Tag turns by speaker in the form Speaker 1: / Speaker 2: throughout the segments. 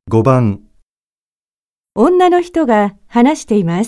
Speaker 1: 5番、
Speaker 2: 女の人が話しています。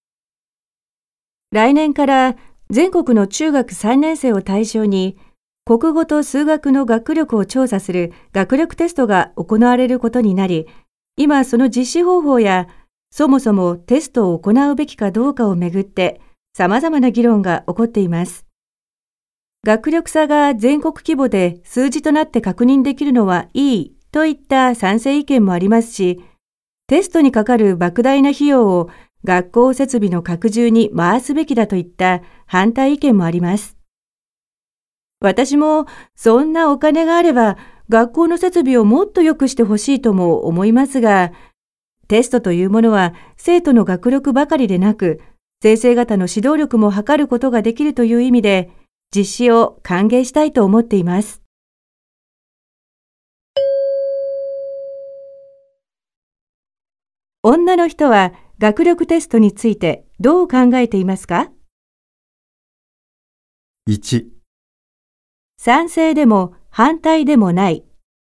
Speaker 2: 来年から全国の中学3年生を対象に、国語と数学の学力を調査する学力テストが行われることになり、今その実施方法や、そもそもテストを行うべきかどうかをめぐって様々な議論が起こっています。学力差が全国規模で数字となって確認できるのはいいといった賛成意見もありますし、テストにかかる莫大な費用を学校設備の拡充に回すべきだといった反対意見もあります。私もそんなお金があれば学校の設備をもっと良くしてほしいとも思いますが、テストというものは生徒の学力ばかりでなく、先生方の指導力も測ることができるという意味で、実施を歓迎したいと思っています。女の人は学力テストについてどう考えていますか？
Speaker 1: 1、
Speaker 2: 賛成でも反対でもない。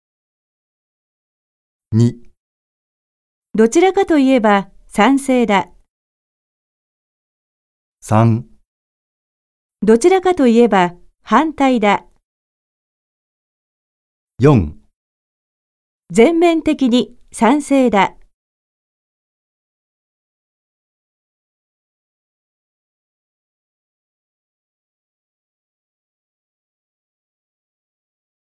Speaker 1: 2、
Speaker 2: どちらかといえば賛成だ。
Speaker 1: 3、
Speaker 2: どちらかといえば反対だ。
Speaker 1: 4
Speaker 2: 全面的に賛成だ。